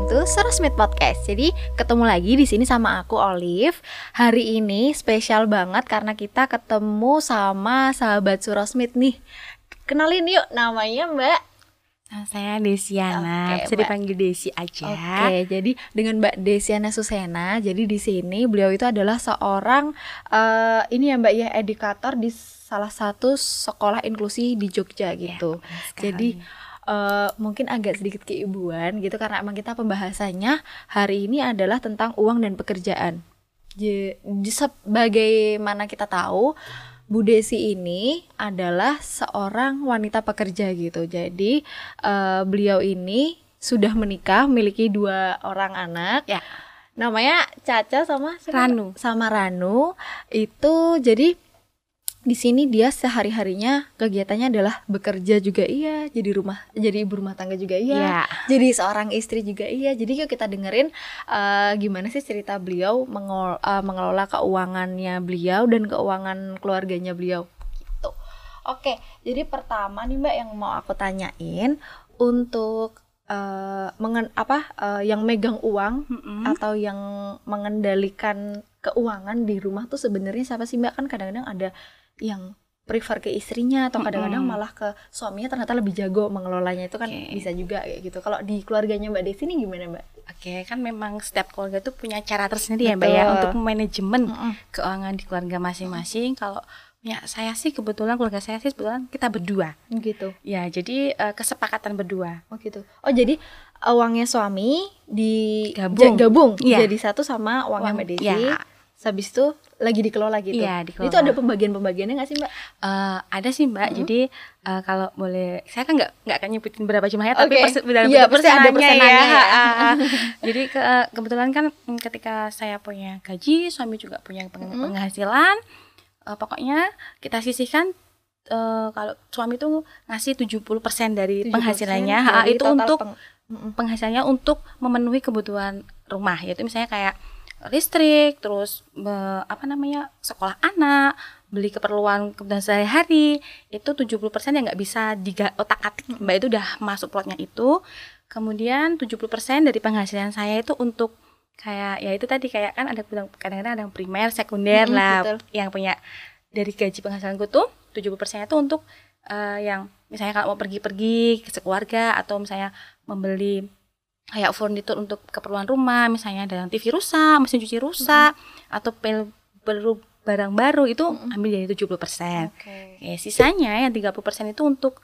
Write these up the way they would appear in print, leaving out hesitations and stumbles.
to Surasmith Podcast. Jadi ketemu lagi di sini sama aku Olive. Hari ini spesial banget karena kita ketemu sama sahabat Surasmith nih. Kenalin yuk, namanya Mbak. Saya Desiana, bisa dipanggil Desi aja. Oke, jadi dengan Mbak Desiana Susena. Jadi di sini beliau itu adalah seorang ini ya Mbak ya, edukator di salah satu sekolah inklusi di Jogja gitu. Ya, jadi mungkin agak sedikit keibuan gitu karena emang kita pembahasannya hari ini adalah tentang uang dan pekerjaan. Sebagaimana kita tahu, Bu Desi ini adalah seorang wanita pekerja gitu. Jadi beliau ini sudah menikah, memiliki 2 orang anak. Ya. Namanya Caca sama Ranu. Sama Ranu. Itu jadi di sini dia sehari-harinya kegiatannya adalah bekerja juga iya, jadi ibu rumah tangga juga iya, jadi seorang istri juga iya. Jadi yuk kita dengerin gimana sih cerita beliau mengelola keuangannya beliau dan keuangan keluarganya beliau gitu. Oke, jadi pertama nih Mbak yang mau aku tanyain untuk yang megang uang atau yang mengendalikan keuangan di rumah tuh sebenarnya siapa sih Mbak? Kan kadang-kadang ada yang prefer ke istrinya atau kadang-kadang malah ke suaminya ternyata lebih jago mengelolanya, itu kan bisa juga kayak gitu. Kalau di keluarganya Mbak Desi ini gimana Mbak? Oke, kan memang setiap keluarga tuh punya cara tersendiri ya Mbak ya untuk manajemen keuangan di keluarga masing-masing. Kalau ya saya sih kebetulan keluarga saya sih kebetulan kita berdua. Gitu. Ya, jadi kesepakatan berdua. Oh gitu. Oh jadi uangnya suami digabung jadi satu sama uangnya Mbak Desi. Ya. Habis itu lagi dikelola gitu. Iya, dikelola. Itu ada pembagian-pembagiannya nggak sih Mbak? Ada sih Mbak. Jadi kalau boleh, saya kan nggak akan nyebutin berapa jumlahnya, tapi pasti ada persenannya ya. Jadi kebetulan kan ketika saya punya gaji, suami juga punya penghasilan. Pokoknya kita sisihkan. Kalau suami itu ngasih 70% dari penghasilannya, itu untuk penghasilannya untuk memenuhi kebutuhan rumah, yaitu misalnya kayak listrik, terus sekolah anak, beli keperluan sehari-hari, itu 70% yang nggak bisa diotak-atik Mbak, itu udah masuk plotnya itu. Kemudian 70% dari penghasilan saya itu untuk kayak ya itu tadi, kayak kan ada kadang-kadang ada yang primer, sekunder lah, betul. Yang punya dari gaji penghasilanku tuh 70% itu untuk yang misalnya kalau mau pergi-pergi ke sekeluarga, atau misalnya membeli kayak furnitur untuk keperluan rumah, misalnya ada yang TV rusak, mesin cuci rusak, atau perlu barang baru, itu ambil dari 70%. Ya, sisanya yang 30% itu untuk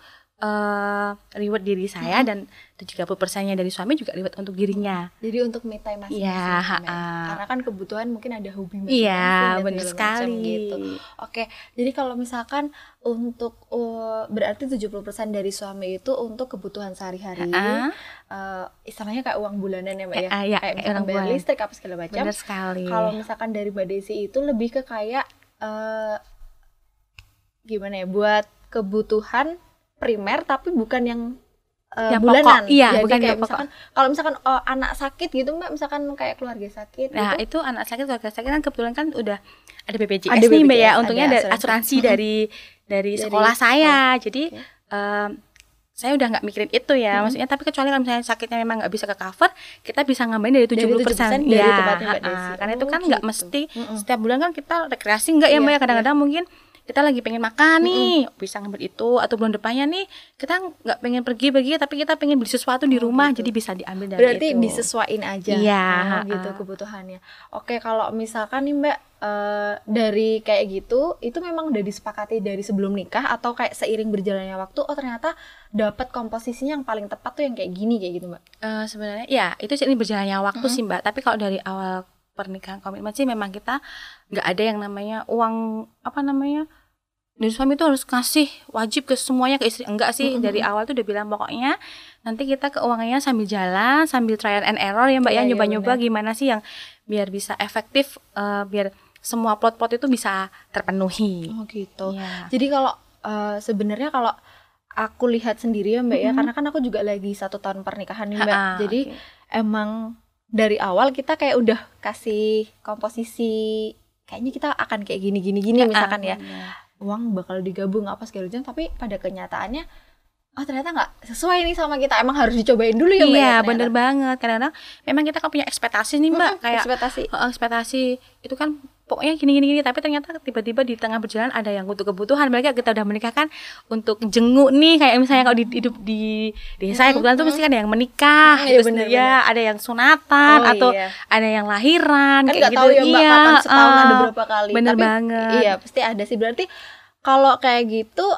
reward diri saya, dan 30%-nya dari suami juga reward untuk dirinya. Jadi untuk me time masing-masing. Ya, karena kan kebutuhan mungkin ada hobi masing-masing. Iya, benar sekali. Gitu. Oke, jadi kalau misalkan untuk berarti 70% dari suami itu untuk kebutuhan sehari-hari. Istilahnya kayak uang bulanan ya Mbak ya. Kayak misalkan bayar listrik apa segala macam. Benar sekali. Kalau misalkan dari Mbak Desi itu lebih ke kayak gimana ya, buat kebutuhan primer tapi bukan yang bulanan. Iya, jadi bukan kayak misalkan kalau misalkan anak sakit gitu Mbak, misalkan kayak keluarga sakit. Nah, itu anak sakit, keluarga sakit kan kebetulan kan udah ada BPJS nih Mbak ya, untungnya ada asuransi dari sekolah saya. Jadi saya udah nggak mikirin itu ya, maksudnya. Tapi kecuali kalau misalnya sakitnya memang nggak bisa ke cover, kita bisa ngambilin dari 70% dari tempatnya Mbak Desi. Karena itu kan nggak mesti setiap bulan kan kita rekreasi nggak ya Mbak ya, kadang-kadang mungkin kita lagi pengen makan nih, bisa ngambil itu, atau bulan depannya nih kita nggak pengen pergi-pergi tapi kita pengen beli sesuatu di rumah, jadi bisa diambil dari berarti itu. Berarti disesuaiin aja. Iya, gitu kebutuhannya. Oke, kalau misalkan nih Mbak dari kayak gitu, itu memang udah disepakati dari sebelum nikah atau kayak seiring berjalannya waktu, ternyata dapat komposisinya yang paling tepat tuh yang kayak gini kayak gitu Mbak? Sebenarnya ya itu seiring berjalannya waktu sih Mbak, tapi kalau dari awal pernikahan komitmen sih memang kita nggak ada yang namanya uang dari suami itu harus kasih wajib ke semuanya ke istri, enggak sih. Dari awal tuh udah bilang pokoknya nanti kita keuangannya sambil jalan, sambil trial and error ya Mbak ya, nyoba-nyoba gimana sih yang biar bisa efektif, biar semua plot-plot itu bisa terpenuhi. Oh gitu. Ya. Jadi kalau sebenarnya kalau aku lihat sendiri ya Mbak ya, karena kan aku juga lagi 1 tahun pernikahan nih Mbak. Jadi emang dari awal kita kayak udah kasih komposisi, kayaknya kita akan kayak gini misalkan ya. Uang bakal digabung apa segala macam, tapi pada kenyataannya oh ternyata nggak sesuai nih sama kita, emang harus dicobain dulu ya Mbak. Iya bener banget, kadang-kadang memang kita kan punya ekspektasi nih Mbak, kayak ekspektasi itu kan pokoknya gini, tapi ternyata tiba-tiba di tengah berjalan ada yang untuk kebutuhan. Mereka kita udah menikah kan untuk jenguk nih, kayak misalnya kalau hidup di desa kebetulan tuh mesti kan ada yang menikah, terus ada yang sunatan atau ada yang lahiran, kan kayak gitu. Tahu ya Mbak, kapan setahun ada berapa kali. Bener banget. Iya pasti ada sih. Berarti kalau kayak gitu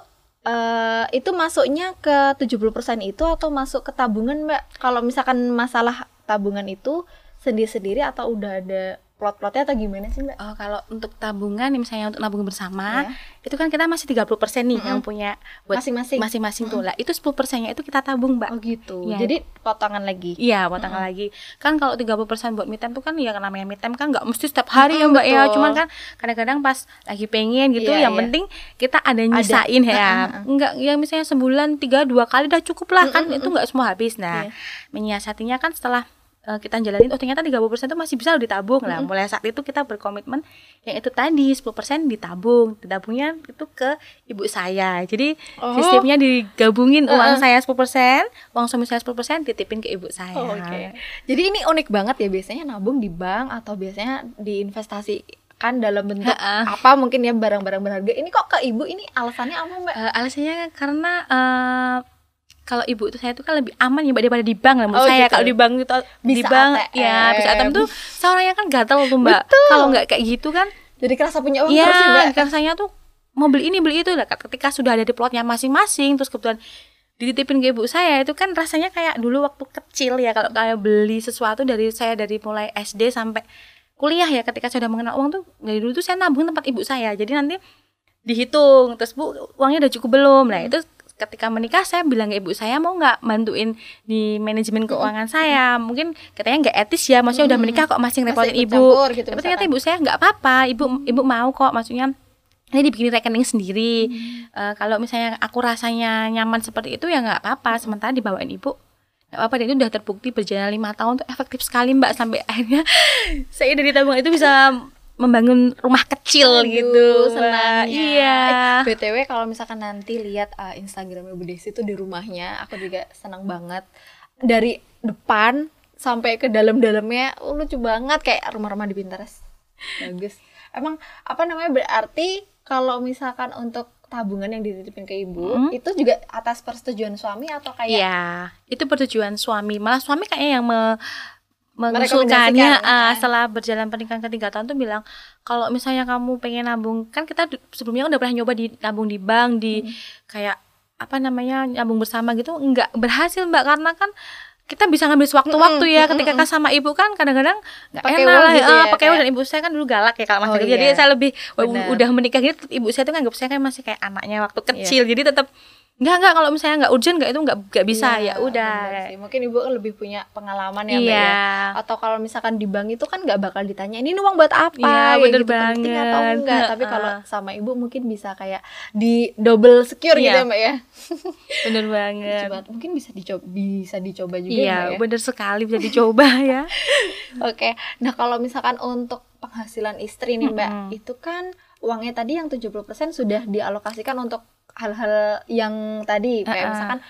itu masuknya ke 70% itu atau masuk ke tabungan Mbak? Kalau misalkan masalah tabungan itu sendiri-sendiri atau udah ada plot-plotnya atau gimana sih Mbak? Oh, kalau untuk tabungan misalnya untuk nabung bersama, itu kan kita masih 30% nih yang punya buat masing-masing tuh lah. Itu 10%-nya itu kita tabung, Mbak. Oh gitu. Ya. Jadi potongan lagi. Iya, potongan lagi. Kan kalau 30% buat me time tuh kan ya namanya me time kan enggak mesti setiap hari ya, Mbak ya. Cuman kan kadang-kadang pas lagi pengen gitu, yang penting kita ada nyisain ya. Enggak ya misalnya sebulan 2 kali udah cukup lah kan, itu enggak semua habis. Nah, menyiasatinya kan setelah kita jalanin, oh ternyata 30% itu masih bisa ditabung lah. Mulai saat itu kita berkomitmen yang itu tadi 10% ditabung. Ditabungnya itu ke ibu saya. Jadi sistemnya digabungin uang saya 10%, uang suami saya 10% ditipin ke ibu saya. Jadi ini unik banget ya, biasanya nabung di bank atau biasanya diinvestasikan dalam bentuk apa mungkin ya barang-barang berharga. Ini kok ke ibu, ini alasannya apa Mbak? Alasannya karena kalau ibu itu saya tuh kan lebih aman ya Mbak daripada di bank lah menurut saya. Kalau di bank itu bisa di bank ATM. Ya bisa ATM tuh seorangnya kan gatel tuh Mbak. Kalau nggak kayak gitu kan jadi kerasa punya uang terus sih Mbak. Rasanya tuh mau beli ini beli itu lah. Ketika sudah ada di plotnya masing-masing terus kebetulan dititipin ke ibu saya, itu kan rasanya kayak dulu waktu kecil ya, kalau kayak beli sesuatu dari mulai SD sampai kuliah ya, ketika saya udah mengenal uang tuh dari dulu tuh saya nabung tempat ibu saya. Jadi nanti dihitung terus Bu uangnya udah cukup belum. Nah itu ketika menikah saya bilang ke ibu saya mau nggak bantuin di manajemen keuangan saya. Mungkin katanya nggak etis ya, maksudnya udah menikah kok masih ngerepotin ibu gitu, tapi ternyata ibu saya nggak apa-apa, ibu mau kok, maksudnya ini dibikin rekening sendiri. Kalau misalnya aku rasanya nyaman seperti itu ya nggak apa-apa, sementara dibawain ibu nggak apa-apa. Dan itu udah terbukti berjalan 5 tahun tuh efektif sekali Mbak, sampai akhirnya saya dari tabungan itu bisa membangun rumah kecil. Gitu senangnya. Iya. BTW kalau misalkan nanti lihat Instagramnya Bu Desi tuh di rumahnya, aku juga senang banget. Dari depan sampai ke dalam-dalamnya lucu banget, kayak rumah-rumah di Pinterest. Bagus. Emang apa namanya, berarti kalau misalkan untuk tabungan yang dititipin ke ibu itu juga atas persetujuan suami atau kayak? Iya, itu persetujuan suami. Malah suami kayaknya yang mengusulkannya setelah berjalan pernikahan ke 3 tahun tuh bilang kalau misalnya kamu pengen nabung, kan kita sebelumnya udah pernah nyoba nabung di bank, di kayak apa namanya nabung bersama gitu, nggak berhasil Mbak, karena kan kita bisa ngambil sewaktu-waktu ya. Ketika kan sama ibu kan kadang-kadang nggak enak lah gitu ya, pakai dan ibu saya kan dulu galak ya kalau masih kecil. Jadi saya lebih udah menikah gitu, ibu saya tuh kan nggak, saya kan masih kayak anaknya waktu kecil. Jadi tetap Enggak kalau misalnya enggak urgent itu enggak bisa ya udah. Mungkin ibu lebih punya pengalaman ya Mbak ya. Atau kalau misalkan di bank itu kan enggak bakal ditanya ini uang buat apa ya, bener gitu, banget. penting atau enggak. Tapi kalau sama ibu mungkin bisa kayak di double secure gitu ya Mbak ya. Bener banget. Mungkin bisa dicoba juga ya Mbak ya. Bener sekali, bisa dicoba ya. Oke. Nah, kalau misalkan untuk penghasilan istri nih Mbak, itu kan uangnya tadi yang 70% sudah dialokasikan untuk hal-hal yang tadi kayak misalkan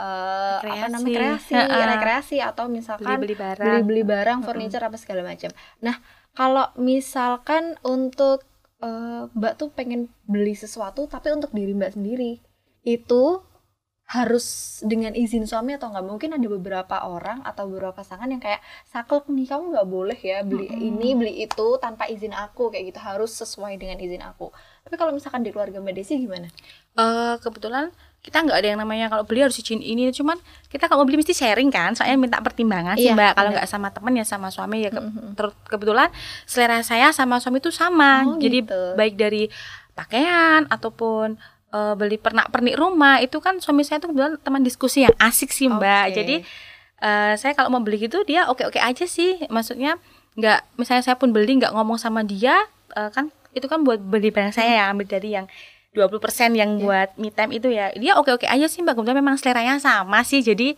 apa namanya rekreasi atau misalkan beli-beli barang, furniture apa segala macam. Nah, kalau misalkan untuk Mbak tuh pengen beli sesuatu tapi untuk diri Mbak sendiri, itu harus dengan izin suami atau enggak? Mungkin ada beberapa orang atau beberapa pasangan yang kayak saklek nih, kamu nggak boleh ya beli ini beli itu tanpa izin aku, kayak gitu, harus sesuai dengan izin aku. Tapi kalau misalkan di keluarga Mbak Desi gimana? Kebetulan kita nggak ada yang namanya kalau beli harus izin ini, cuman kita kalau mau beli mesti sharing kan, soalnya minta pertimbangan sih Mbak. Kalau nggak sama teman ya sama suami ya. Kebetulan selera saya sama suami itu sama, jadi baik dari pakaian ataupun beli pernak-pernik rumah itu kan suami saya tuh kebetulan teman diskusi yang asik sih Mbak. Jadi saya kalau mau beli gitu dia oke-oke aja sih, maksudnya nggak, misalnya saya pun beli nggak ngomong sama dia, kan itu kan buat beli barang saya ya, ambil dari yang 20% yang buat me time itu ya, dia oke-oke aja sih Mbak. Kebetulan memang seleranya sama sih, jadi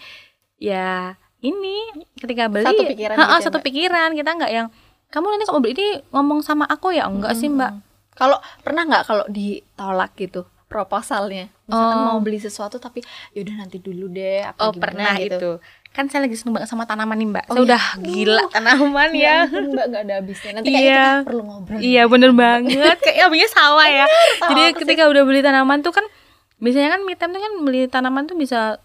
ya ini ketika beli satu pikiran, satu pikiran, kita nggak yang kamu nanti kalau beli ini ngomong sama aku ya, enggak sih Mbak. Kalau pernah nggak kalau ditolak gitu, proposalnya. Misalkan mau beli sesuatu tapi yaudah nanti dulu deh apa gimana pernah gitu. itu. Kan saya lagi seneng banget sama tanaman nih Mbak. Saya udah gila tanaman ya. Mbak gak ada habisnya. Nanti kayaknya kita perlu ngobrol. Iya bener banget. Kayak hobinya sama ya. Jadi ketika udah beli tanaman tuh kan biasanya kan me time tuh kan beli tanaman tuh bisa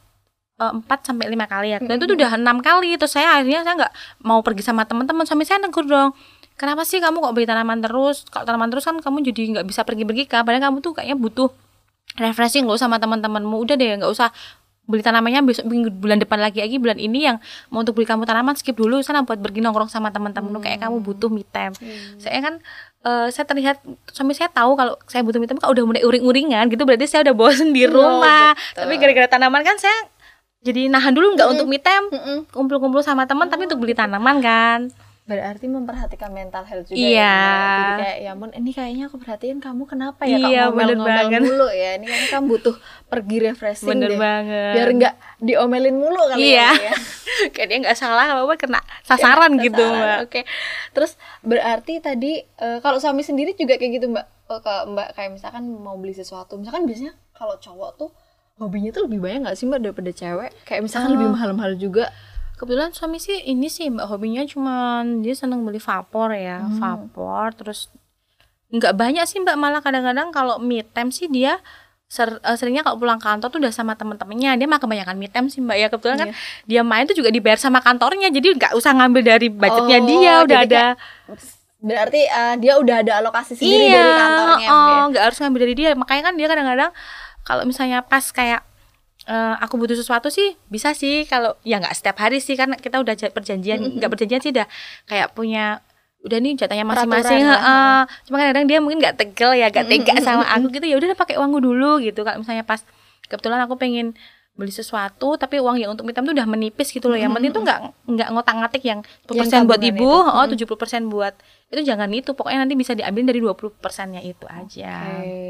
4-5 kali ya. Dan itu udah 6 kali. Terus saya akhirnya saya nggak mau pergi sama teman-teman. Suami saya negur dong. Kenapa sih kamu kok beli tanaman terus? Kalau tanaman terus kan kamu jadi nggak bisa pergi-pergi kan. Padahal kamu tuh kayaknya butuh refreshing loh sama teman-temanmu. Udah deh nggak usah beli tanamannya besok bulan depan lagi bulan ini yang mau untuk beli kamu tanaman skip dulu sana buat pergi nongkrong sama teman-temanmu. Kayak kamu butuh me time. Saya kan saya terlihat suami saya tahu kalau saya butuh me time kalau udah mulai uring-uringan gitu berarti saya udah bosen di rumah. Tapi gara-gara tanaman kan saya jadi nahan dulu nggak untuk me time, kumpul-kumpul sama teman tapi untuk beli tanaman kan. Berarti memperhatikan mental health juga ya. Jadi kayak ya ampun ini kayaknya aku perhatiin kamu kenapa ya kamu ngomel-ngomel mulu ya. Ini kan kamu butuh pergi refreshing bener deh. Banget. Biar nggak diomelin mulu kali ya. Kayak dia nggak salah apa kena sasaran gitu Mbak. Oke. Terus berarti tadi kalau suami sendiri juga kayak gitu Mbak. Mbak kayak misalkan mau beli sesuatu. Misalkan biasanya kalau cowok tuh hobinya tuh lebih banyak nggak sih Mbak daripada cewek? Kayak misalkan lebih mahal-mahal juga. Kebetulan suami sih ini sih Mbak hobinya cuman dia seneng beli vapor ya, vapor terus nggak banyak sih Mbak, malah kadang-kadang kalau me time sih dia seringnya kalau pulang kantor tuh udah sama temen-temennya, dia mah kebanyakan me time sih Mbak ya. Kebetulan kan dia main tuh juga dibayar sama kantornya, jadi nggak usah ngambil dari budgetnya dia, udah ada. Berarti dia udah ada alokasi sendiri dari kantornya. Nggak harus ngambil dari dia, makanya kan dia kadang-kadang kalau misalnya pas kayak aku butuh sesuatu sih bisa sih, kalau ya nggak setiap hari sih kan kita udah perjanjian, nggak perjanjian sih udah kayak punya udah nih jatahnya masing-masing. Cuma kadang-kadang dia mungkin nggak tegel ya, nggak tega sama aku gitu, ya udah pakai uangku dulu gitu. Kalau misalnya pas kebetulan aku pengen beli sesuatu tapi uang yang untuk me time tuh udah menipis gitu loh. Yang penting tuh nggak ngotak-ngatik yang 10% buat ibu, 70% buat itu, jangan itu, pokoknya nanti bisa diambil dari 20%-nya itu aja.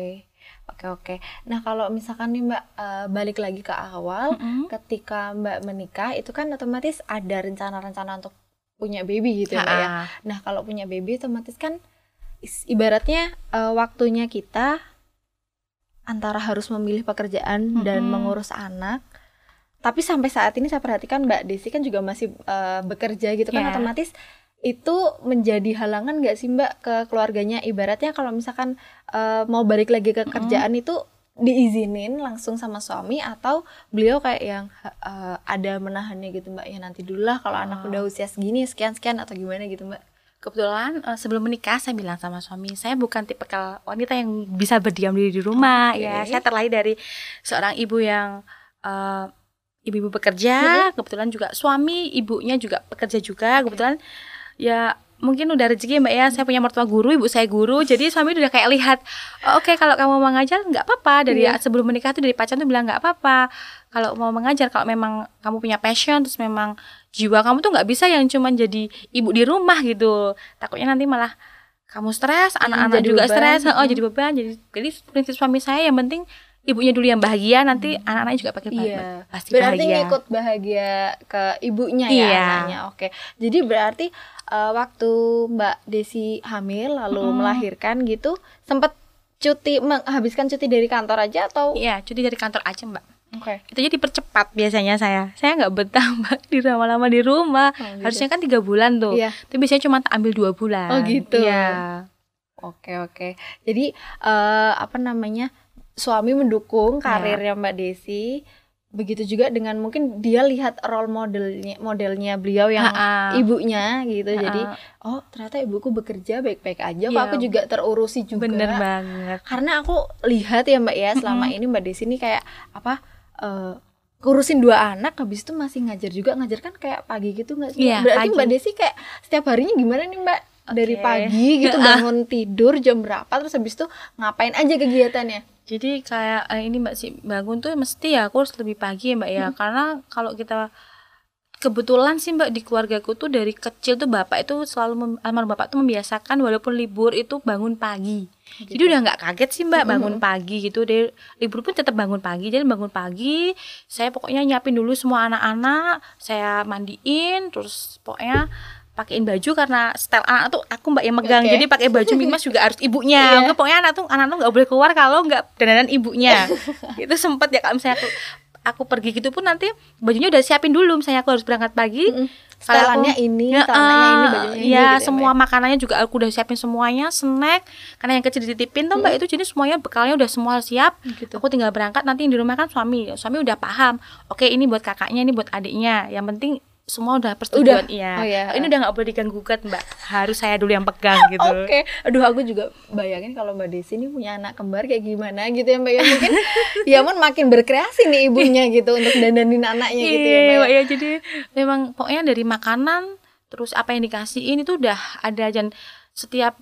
Oke. Nah kalau misalkan nih Mbak balik lagi ke awal, ketika Mbak menikah itu kan otomatis ada rencana-rencana untuk punya baby gitu ya Mbak ya. Nah kalau punya baby otomatis kan ibaratnya waktunya kita antara harus memilih pekerjaan dan mengurus anak. Tapi sampai saat ini saya perhatikan Mbak Desi kan juga masih bekerja gitu kan, otomatis itu menjadi halangan nggak sih Mbak ke keluarganya? Ibaratnya kalau misalkan mau balik lagi ke kerjaan itu diizinin langsung sama suami, atau beliau kayak yang ada menahannya gitu Mbak, ya nanti dulu lah kalau anak udah usia segini sekian atau gimana gitu Mbak? Kebetulan sebelum menikah saya bilang sama suami, saya bukan tipikal wanita yang bisa berdiam diri di rumah. Ya, saya terlahir dari seorang ibu yang ibu-ibu bekerja. Kebetulan juga suami ibunya juga pekerja juga. Kebetulan ya mungkin udah rezeki Mbak ya, saya punya mertua guru, ibu saya guru, jadi suami udah kayak lihat, oke, kalau kamu mau ngajar nggak apa-apa. Dari sebelum menikah tuh dari pacaran tuh bilang nggak apa-apa kalau mau mengajar, kalau memang kamu punya passion, terus memang jiwa kamu tuh nggak bisa yang cuman jadi ibu di rumah gitu, takutnya nanti malah kamu stres, anak-anak juga stres, jadi beban. Jadi prinsip suami saya yang penting ibunya dulu yang bahagia, nanti anak-anaknya juga pasti berarti bahagia. Ngikut bahagia ke ibunya ya anaknya. Oke. Jadi berarti waktu Mbak Desi hamil lalu melahirkan gitu, sempat menghabiskan cuti dari kantor aja atau? Iya, cuti dari kantor aja Mbak. Itu jadi dipercepat biasanya saya nggak betah Mbak di lama-lama di rumah. Gitu. Harusnya kan 3 bulan tuh, tapi biasanya cuma ambil 2 bulan. Oh gitu. Iya. Oke. Jadi suami mendukung karirnya Mbak Desi. Begitu juga dengan mungkin dia lihat role modelnya beliau yang ibunya gitu. Jadi ternyata ibuku bekerja baik-baik aja, kok aku juga terurusi juga. Bener banget. Karena aku lihat ya Mbak ya, selama ini Mbak Desi ini kayak ngurusin 2 anak, habis itu masih ngajar kan kayak pagi gitu nggak sih? Berarti pagi. Mbak Desi kayak setiap harinya gimana nih Mbak? Dari pagi gitu bangun tidur jam berapa, terus habis itu ngapain aja kegiatannya? Jadi kayak ini Mbak sih, bangun tuh mesti ya aku harus lebih pagi ya Mbak ya. Karena kalau kita kebetulan sih Mbak di keluargaku tuh dari kecil tuh bapak itu selalu almarhum bapak tuh membiasakan walaupun libur itu bangun pagi. Gitu. Jadi udah nggak kaget sih Mbak bangun pagi gitu. Dari libur pun tetap bangun pagi. Jadi bangun pagi, saya pokoknya nyiapin dulu semua anak-anak, saya mandiin, terus pokoknya pakein baju karena setel anak tuh aku Mbak yang megang. Jadi pakai baju Mimas juga harus ibunya. Pokoknya anak tuh nggak boleh keluar kalau nggak dandanan ibunya. Itu sempet ya kalau misalnya aku pergi gitu pun nanti bajunya udah siapin dulu, misalnya aku harus berangkat pagi. Setelannya ini, bajunya ini ya, gitu semua makanannya juga aku udah siapin semuanya, snack. Karena yang kecil dititipin tuh Mbak itu, jadi semuanya bekalnya udah semua siap. Gitu. Aku tinggal berangkat, nanti yang di rumah kan suami udah paham. Oke, ini buat kakaknya, ini buat adiknya. Yang penting semua udah persetujuan. Ini udah nggak boleh diganggu gugat Mbak, harus saya dulu yang pegang gitu. Aduh, aku juga bayangin kalau Mbak Desi ini punya anak kembar kayak gimana gitu ya Mbak ya. Mungkin ya makin berkreasi nih ibunya gitu untuk dandanin anaknya gitu ya Mbak ya. Jadi memang pokoknya dari makanan terus apa yang dikasihin itu udah ada, dan setiap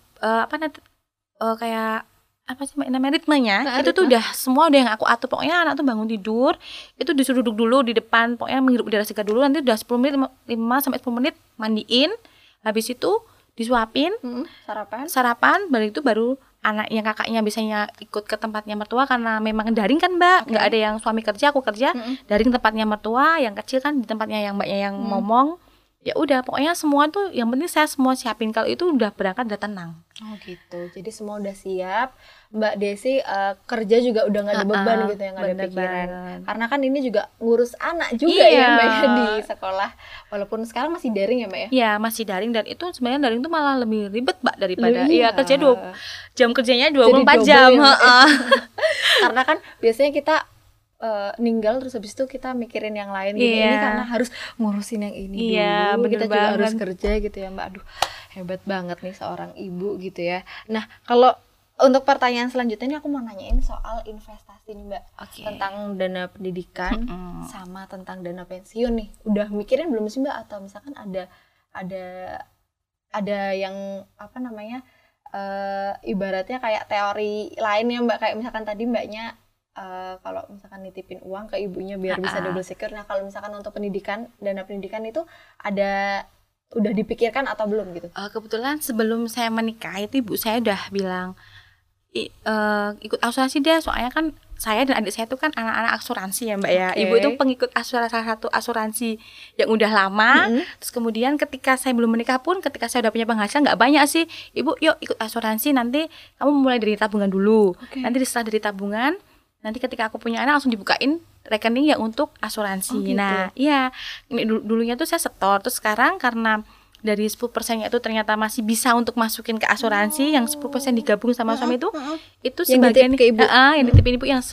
kayak apa sih namanya, ritmenya itu tuh udah semua udah yang aku atur. Pokoknya anak tuh bangun tidur itu disuruh duduk dulu di depan, pokoknya menghirup udara segar dulu, nanti udah 10 menit 5 sampai 10 menit mandiin, habis itu disuapin, sarapan, baru anak yang kakaknya biasanya ikut ke tempatnya mertua karena memang daring kan Mbak, nggak ada yang suami kerja aku kerja, daring tempatnya mertua, yang kecil kan di tempatnya yang Mbaknya yang ngomong. Ya udah, pokoknya semua tuh yang penting saya semua siapin, kalau itu udah berangkat udah tenang. Oh gitu, jadi semua udah siap. Mbak Desi kerja juga udah nggak ada beban gitu ya, nggak ada pikiran. Karena kan ini juga ngurus anak juga ya Mbak ya di sekolah. Walaupun sekarang masih daring ya Mbak ya? Iya masih daring, dan itu sebenarnya daring tuh malah lebih ribet Mbak daripada kerja jam kerjanya 24 jam. Ya, karena kan biasanya kita ninggal terus habis itu kita mikirin yang lain gitu. Ini karena harus ngurusin yang ini dulu, kita juga harus kerja gitu ya Mbak. Aduh, hebat banget nih seorang ibu gitu ya. Nah, kalau untuk pertanyaan selanjutnya ini aku mau nanyain soal investasi nih Mbak. Tentang dana pendidikan sama tentang dana pensiun nih. Udah mikirin belum sih Mbak, atau misalkan ada yang apa namanya ibaratnya kayak teori lain ya Mbak, kayak misalkan tadi Mbaknya kalau misalkan nitipin uang ke ibunya biar bisa double secure. Nah, kalau misalkan untuk pendidikan, dana pendidikan itu udah dipikirkan atau belum gitu? Kebetulan sebelum saya menikah itu ibu saya udah bilang ikut asuransi deh, soalnya kan saya dan adik saya itu kan anak-anak asuransi ya Mbak ya. Ibu itu pengikut salah satu asuransi yang udah lama. Terus kemudian ketika saya belum menikah pun, ketika saya udah punya penghasilan nggak banyak sih, ibu yuk ikut asuransi, nanti kamu mulai dari tabungan dulu. Nanti setelah dari tabungan, nanti ketika aku punya anak langsung dibukain rekening yang untuk asuransi. Nah, iya, ini dulunya tuh saya setor, terus sekarang karena dari 10%-nya itu ternyata masih bisa untuk masukin ke asuransi, yang 10% digabung sama suami itu sebagian ke ibu. Yang ditipin ibu yang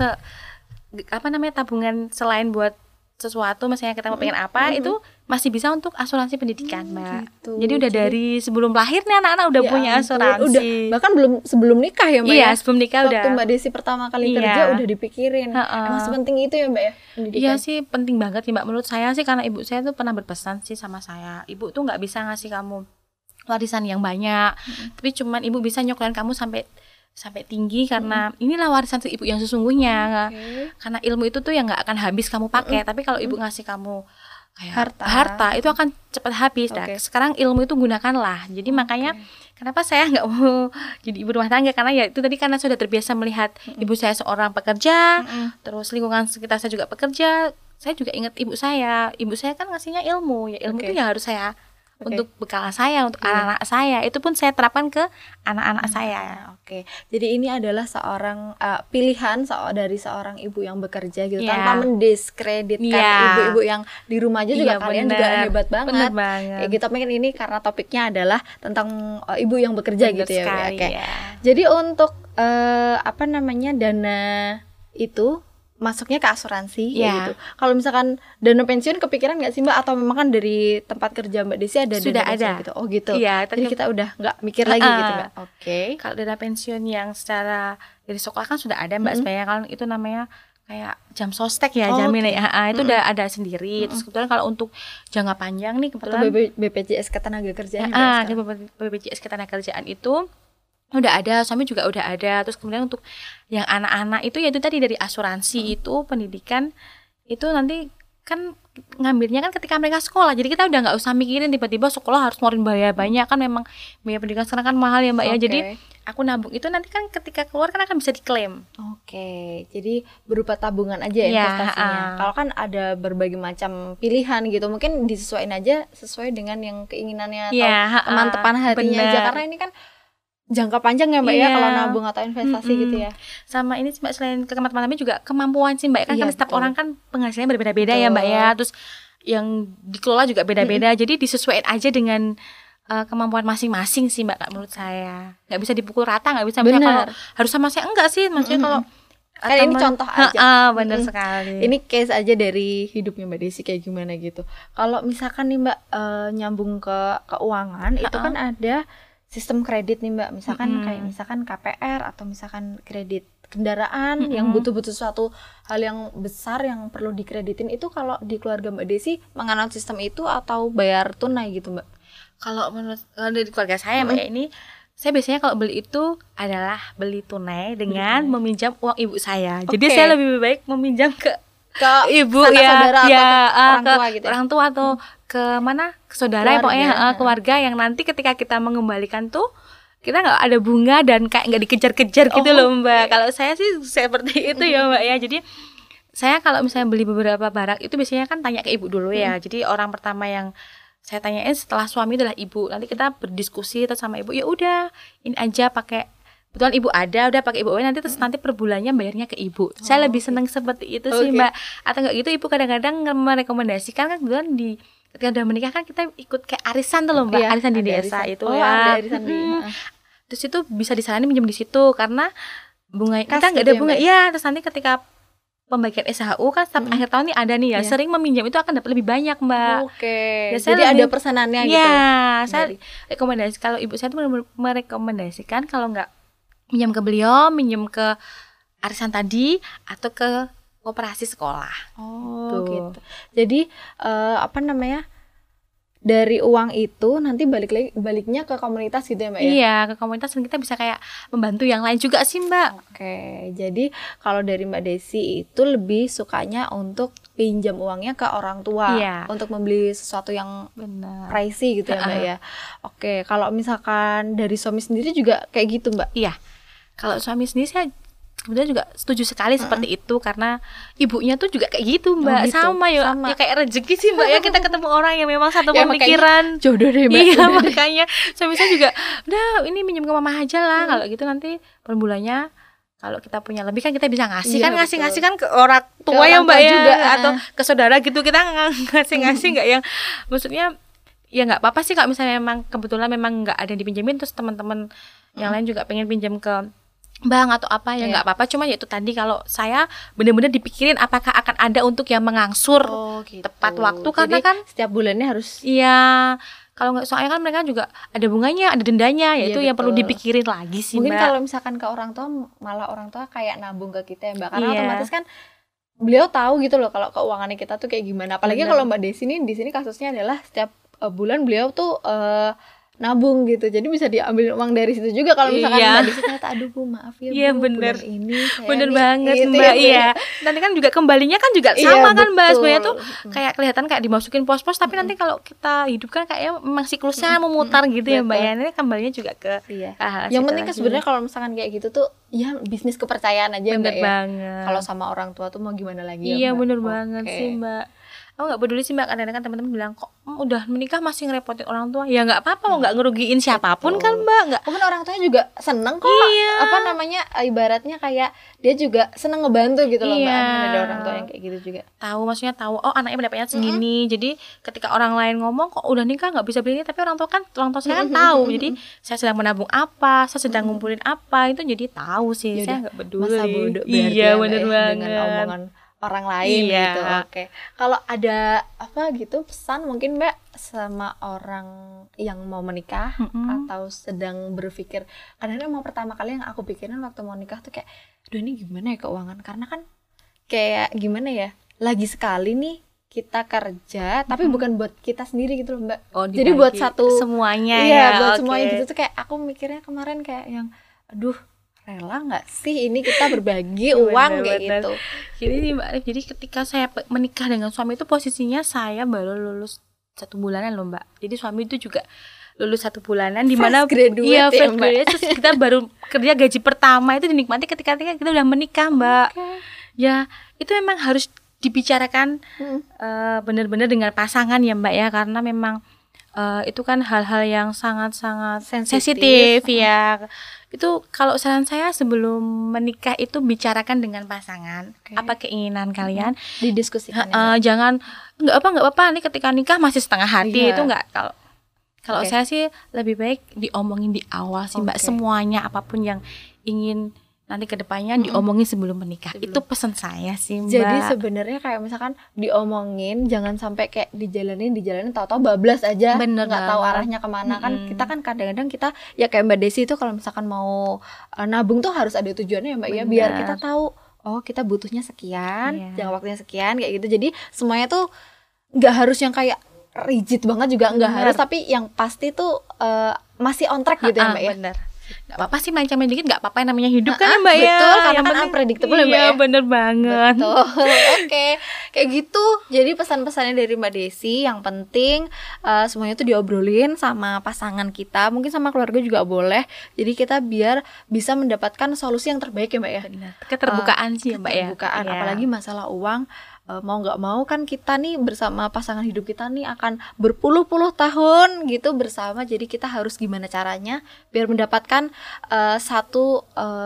tabungan selain buat sesuatu, misalnya kita mau pengen apa, itu masih bisa untuk asuransi pendidikan Mbak. Gitu. Jadi udah dari sebelum lahir nih anak-anak udah punya asuransi. Udah, bahkan sebelum nikah ya Mbak. Iya, sebelum nikah waktu Mbak Desi pertama kali kerja udah dipikirin. Emang sepenting itu ya Mbak ya pendidikan? Iya sih, penting banget sih Mbak. Menurut saya sih, karena ibu saya tuh pernah berpesan sih sama saya, ibu tuh nggak bisa ngasih kamu warisan yang banyak, tapi cuman ibu bisa nyoklain kamu sampai tinggi, karena inilah warisan ibu yang sesungguhnya. Karena ilmu itu tuh yang nggak akan habis kamu pakai, tapi kalau ibu ngasih kamu kayak harta itu akan cepat habis. Nah, sekarang ilmu itu gunakanlah. Jadi makanya kenapa saya nggak mau jadi ibu rumah tangga, karena ya itu tadi, karena sudah terbiasa melihat ibu saya seorang pekerja, terus lingkungan sekitar saya juga pekerja. Saya juga ingat ibu saya kan ngasihnya ilmu, ya ilmu itu ya harus saya untuk bekal saya, untuk anak-anak saya, itu pun saya terapkan ke anak-anak saya. Jadi ini adalah seorang pilihan dari seorang ibu yang bekerja gitu, tanpa mendiskreditkan ibu-ibu yang di rumah aja juga. Kalian juga hebat banget. Kayak gitu, mungkin ini karena topiknya adalah tentang ibu yang bekerja gitu ya. Jadi untuk dana itu masuknya ke asuransi gitu. Kalau misalkan dana pensiun kepikiran nggak sih Mbak, atau memang kan dari tempat kerja Mbak Desi ada sudah dana pensiun ada gitu? Oh gitu. Jadi kita udah nggak mikir lagi gitu Mbak. Kalau dana pensiun yang secara dari sekolah kan sudah ada Mbak, sebenarnya kan itu namanya kayak jam sostek ya, jaminan itu udah ada sendiri. Terus kebetulan kalau untuk jangka panjang nih kebetulan atau BPJS Ketenagakerjaan BPJS Ketenagakerjaan itu udah ada, suami juga udah ada. Terus kemudian untuk yang anak-anak itu ya itu tadi dari asuransi itu pendidikan itu nanti kan ngambilnya kan ketika mereka sekolah, jadi kita udah nggak usah mikirin tiba-tiba sekolah harus ngeluarin biaya banyak, kan memang biaya pendidikan sekarang kan mahal ya Mbak ya. Jadi aku nabung itu nanti kan ketika keluar kan akan bisa diklaim. Jadi berupa tabungan aja investasinya. Kalau kan ada berbagai macam pilihan gitu, mungkin disesuaikan aja sesuai dengan yang keinginannya atau teman-teman hatinya aja, karena ini kan jangka panjang ya Mbak ya kalau nabung atau investasi gitu ya. Sama ini Mbak, selain teman-teman juga kemampuan sih Mbak, kan setiap orang kan penghasilannya berbeda-beda ya Mbak ya, terus yang dikelola juga beda-beda, jadi disesuaikan aja dengan kemampuan masing-masing sih Mbak, menurut saya. Nggak bisa dipukul rata, nggak bisa kalau harus sama saya, enggak sih, maksudnya kalau kan ini contoh aja. Benar sekali. Ini case aja dari hidupnya Mbak Desi kayak gimana gitu. Kalau misalkan nih Mbak nyambung ke keuangan, itu kan ada sistem kredit nih Mbak, misalkan kayak misalkan KPR atau misalkan kredit kendaraan yang butuh suatu hal yang besar yang perlu dikreditin, itu kalau di keluarga Mbak Desi menganut sistem itu atau bayar tunai gitu Mbak? Kalau dari keluarga saya Mbak ya, ini saya biasanya kalau beli itu adalah beli tunai dengan meminjam uang ibu saya. Jadi saya lebih baik meminjam ke ibu saudara atau orang tua gitu. Orang tua atau ke mana? Ke saudara ya pokoknya, keluarga yang nanti ketika kita mengembalikan tuh kita nggak ada bunga dan kayak nggak dikejar-kejar gitu loh Mbak. Kalau saya sih seperti itu ya Mbak ya. Jadi saya kalau misalnya beli beberapa barang itu biasanya kan tanya ke ibu dulu ya. Jadi orang pertama yang saya tanyain setelah suami adalah ibu. Nanti kita berdiskusi terus sama ibu, ya udah ini aja pakai, betulan ibu ada, udah pakai ibu nanti terus nanti per bulannya bayarnya ke ibu. Saya lebih senang seperti itu sih Mbak. Atau enggak gitu ibu kadang-kadang merekomendasikan kan, kebetulan ketika udah menikah kan kita ikut kayak arisan tuh loh Mbak, arisan di desa itu ya. Ada arisan Terus itu bisa disaranin minjem di situ karena bunga kita nggak ada bunga. Iya, terus nanti ketika pembagian SHU kan setiap akhir tahun nih ada nih ya, sering meminjam itu akan dapat lebih banyak Mbak. Ya, jadi ada persenannya gitu. Iya, saya rekomendasi kalau ibu saya tuh merekomendasikan kalau nggak minjam ke beliau, minjam ke arisan tadi atau ke koperasi sekolah. Gitu. Jadi dari uang itu nanti baliknya ke komunitas gitu ya Mbak ya? Iya, ke komunitas, dan kita bisa kayak membantu yang lain juga sih Mbak. Jadi kalau dari Mbak Desi itu lebih sukanya untuk pinjam uangnya ke orang tua, untuk membeli sesuatu yang pricey gitu ya Mbak ya. Kalau misalkan dari suami sendiri juga kayak gitu Mbak? Iya, kalau suami sendiri saya kemudian juga setuju sekali seperti itu, karena ibunya tuh juga kayak gitu Mbak. Sama ya kayak rezeki sih Mbak ya, kita ketemu orang yang memang satu pemikiran. Jodoh deh Mbak. Iya, makanya suami saya juga udah ini minjem ke mama aja lah, kalau gitu nanti per bulannya kalau kita punya lebih kan kita bisa ngasih ngasih kan ke orang tua ya Mbak ya juga, atau ke saudara gitu, kita ngasih nggak yang maksudnya ya nggak apa-apa sih kalau misalnya memang kebetulan memang nggak ada yang dipinjemin, terus teman-teman yang lain juga pengen pinjam ke bank atau apa ya nggak apa-apa. Cuma ya itu tadi, kalau saya benar-benar dipikirin apakah akan ada untuk yang mengangsur tepat waktu. Jadi, karena kan setiap bulannya harus kalau nggak, soalnya kan mereka juga ada bunganya, ada dendanya, yaitu yang perlu dipikirin lagi sih mungkin Mbak. Kalau misalkan ke orang tua, malah orang tua kayak nabung ke kita ya Mbak, karena otomatis kan beliau tahu gitu loh kalau keuangannya kita tuh kayak gimana. Apalagi kalau Mbak Desi nih, di sini kasusnya adalah setiap bulan beliau tuh nabung gitu, jadi bisa diambil uang dari situ juga kalau misalkan Mbak Desi ternyata aduh Bu maaf ya Bu, bulan ini saya bener banget gitu, Mbak. Nanti kan juga kembalinya kan juga sama kan Mbak, sebenarnya tuh kayak kelihatan kayak dimasukin pos-pos, tapi nanti kalau kita hidupkan kayaknya memang siklusnya memutar gitu ya Mbak ya. Nanti kembalinya juga ke yang penting kan sebenarnya kalau misalkan kayak gitu tuh ya bisnis kepercayaan aja Mbak ya. Kalau sama orang tua tuh mau gimana lagi ya Mbak. Bener banget sih Mbak. Aku nggak peduli sih Mbak, kadang-kadang teman-teman bilang kok udah menikah masih ngerepotin orang tua. Ya nggak apa-apa, mau nggak ngerugiin siapapun kan Mbak. Nggak. Mungkin orang tuanya juga seneng kok. Ibaratnya kayak dia juga seneng ngebantu gitu loh Mbak. Ada orang tua yang kayak gitu juga. Maksudnya tahu anaknya pendapatnya segini. Jadi ketika orang lain ngomong kok udah nikah nggak bisa beli ini, tapi orang tua saya kan tahu. Jadi saya sedang menabung apa, saya sedang ngumpulin apa, itu jadi tahu sih. Yaudah, saya nggak peduli. Masa bodoh berarti bener banget. Dengan omongan orang lain gitu. Kalau ada pesan mungkin Mbak sama orang yang mau menikah atau sedang berpikir, kadang-kadang mau pertama kali yang aku pikirin waktu mau nikah tuh kayak, aduh ini gimana ya keuangan, karena kan kayak gimana ya, lagi sekali nih kita kerja tapi bukan buat kita sendiri gitu loh Mbak. Jadi buat satu semuanya buat semuanya gitu tuh, kayak aku mikirnya kemarin kayak yang aduh rela nggak sih ini kita berbagi uang kayak gitu. Jadi nih Mbak Alif, jadi ketika saya menikah dengan suami itu posisinya saya baru lulus 1 bulanan loh Mbak. Jadi suami itu juga lulus 1 bulanan, di mana fresh graduate, terus kita baru kerja, gaji pertama itu dinikmati ketika kita udah menikah Mbak. Ya itu memang harus dibicarakan benar-benar dengan pasangan ya Mbak ya, karena memang itu kan hal-hal yang sangat-sangat sensitif ya. Itu kalau saran saya sebelum menikah itu bicarakan dengan pasangan apa keinginan kalian, didiskusikan. Jangan nggak apa nih ketika nikah masih setengah hati, itu nggak. Kalau saya sih lebih baik diomongin di awal sih Mbak, semuanya apapun yang ingin nanti kedepannya diomongin sebelum menikah. Itu pesan saya sih Mbak. Jadi sebenarnya kayak misalkan diomongin, jangan sampai kayak dijalanin tahu-tahu bablas aja, nggak tahu arahnya kemana. Kan kita kan kadang-kadang kita ya kayak Mbak Desi itu kalau misalkan mau nabung tuh harus ada tujuannya ya Mbak ya, biar kita tahu oh kita butuhnya sekian, jangka waktunya sekian kayak gitu. Jadi semuanya tuh nggak harus yang kayak rigid banget juga, nggak harus, tapi yang pasti tuh masih on track gitu ya Mbak ya. Bener. Gak apa-apa sih main-main dikit, gak apa-apa, namanya hidup kan ya Mbak ya. Betul, karena kan unpredictable ya Mbak ya. Iya bener banget. Betul. Oke, kayak gitu. Jadi pesan-pesannya dari Mbak Desi, yang penting semuanya tuh diobrolin sama pasangan kita, mungkin sama keluarga juga boleh. Jadi kita biar bisa mendapatkan solusi yang terbaik ya Mbak ya. Benar. Keterbukaan sih ya Mbak ya. Keterbukaan, apalagi masalah uang. Mau nggak mau kan kita nih bersama pasangan hidup kita nih akan berpuluh-puluh tahun gitu bersama, jadi kita harus gimana caranya biar mendapatkan satu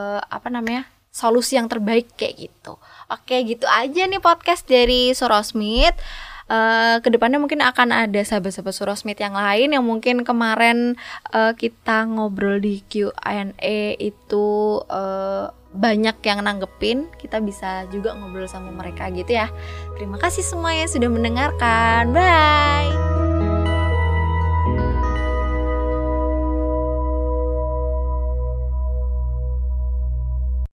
solusi yang terbaik kayak gitu. Oke, gitu aja nih podcast dari Surosmith. Kedepannya mungkin akan ada sahabat-sahabat Surosmith yang lain yang mungkin kemarin kita ngobrol di Q&A itu banyak yang nanggepin, kita bisa juga ngobrol sama mereka gitu ya. Terima kasih semuanya sudah mendengarkan. Bye.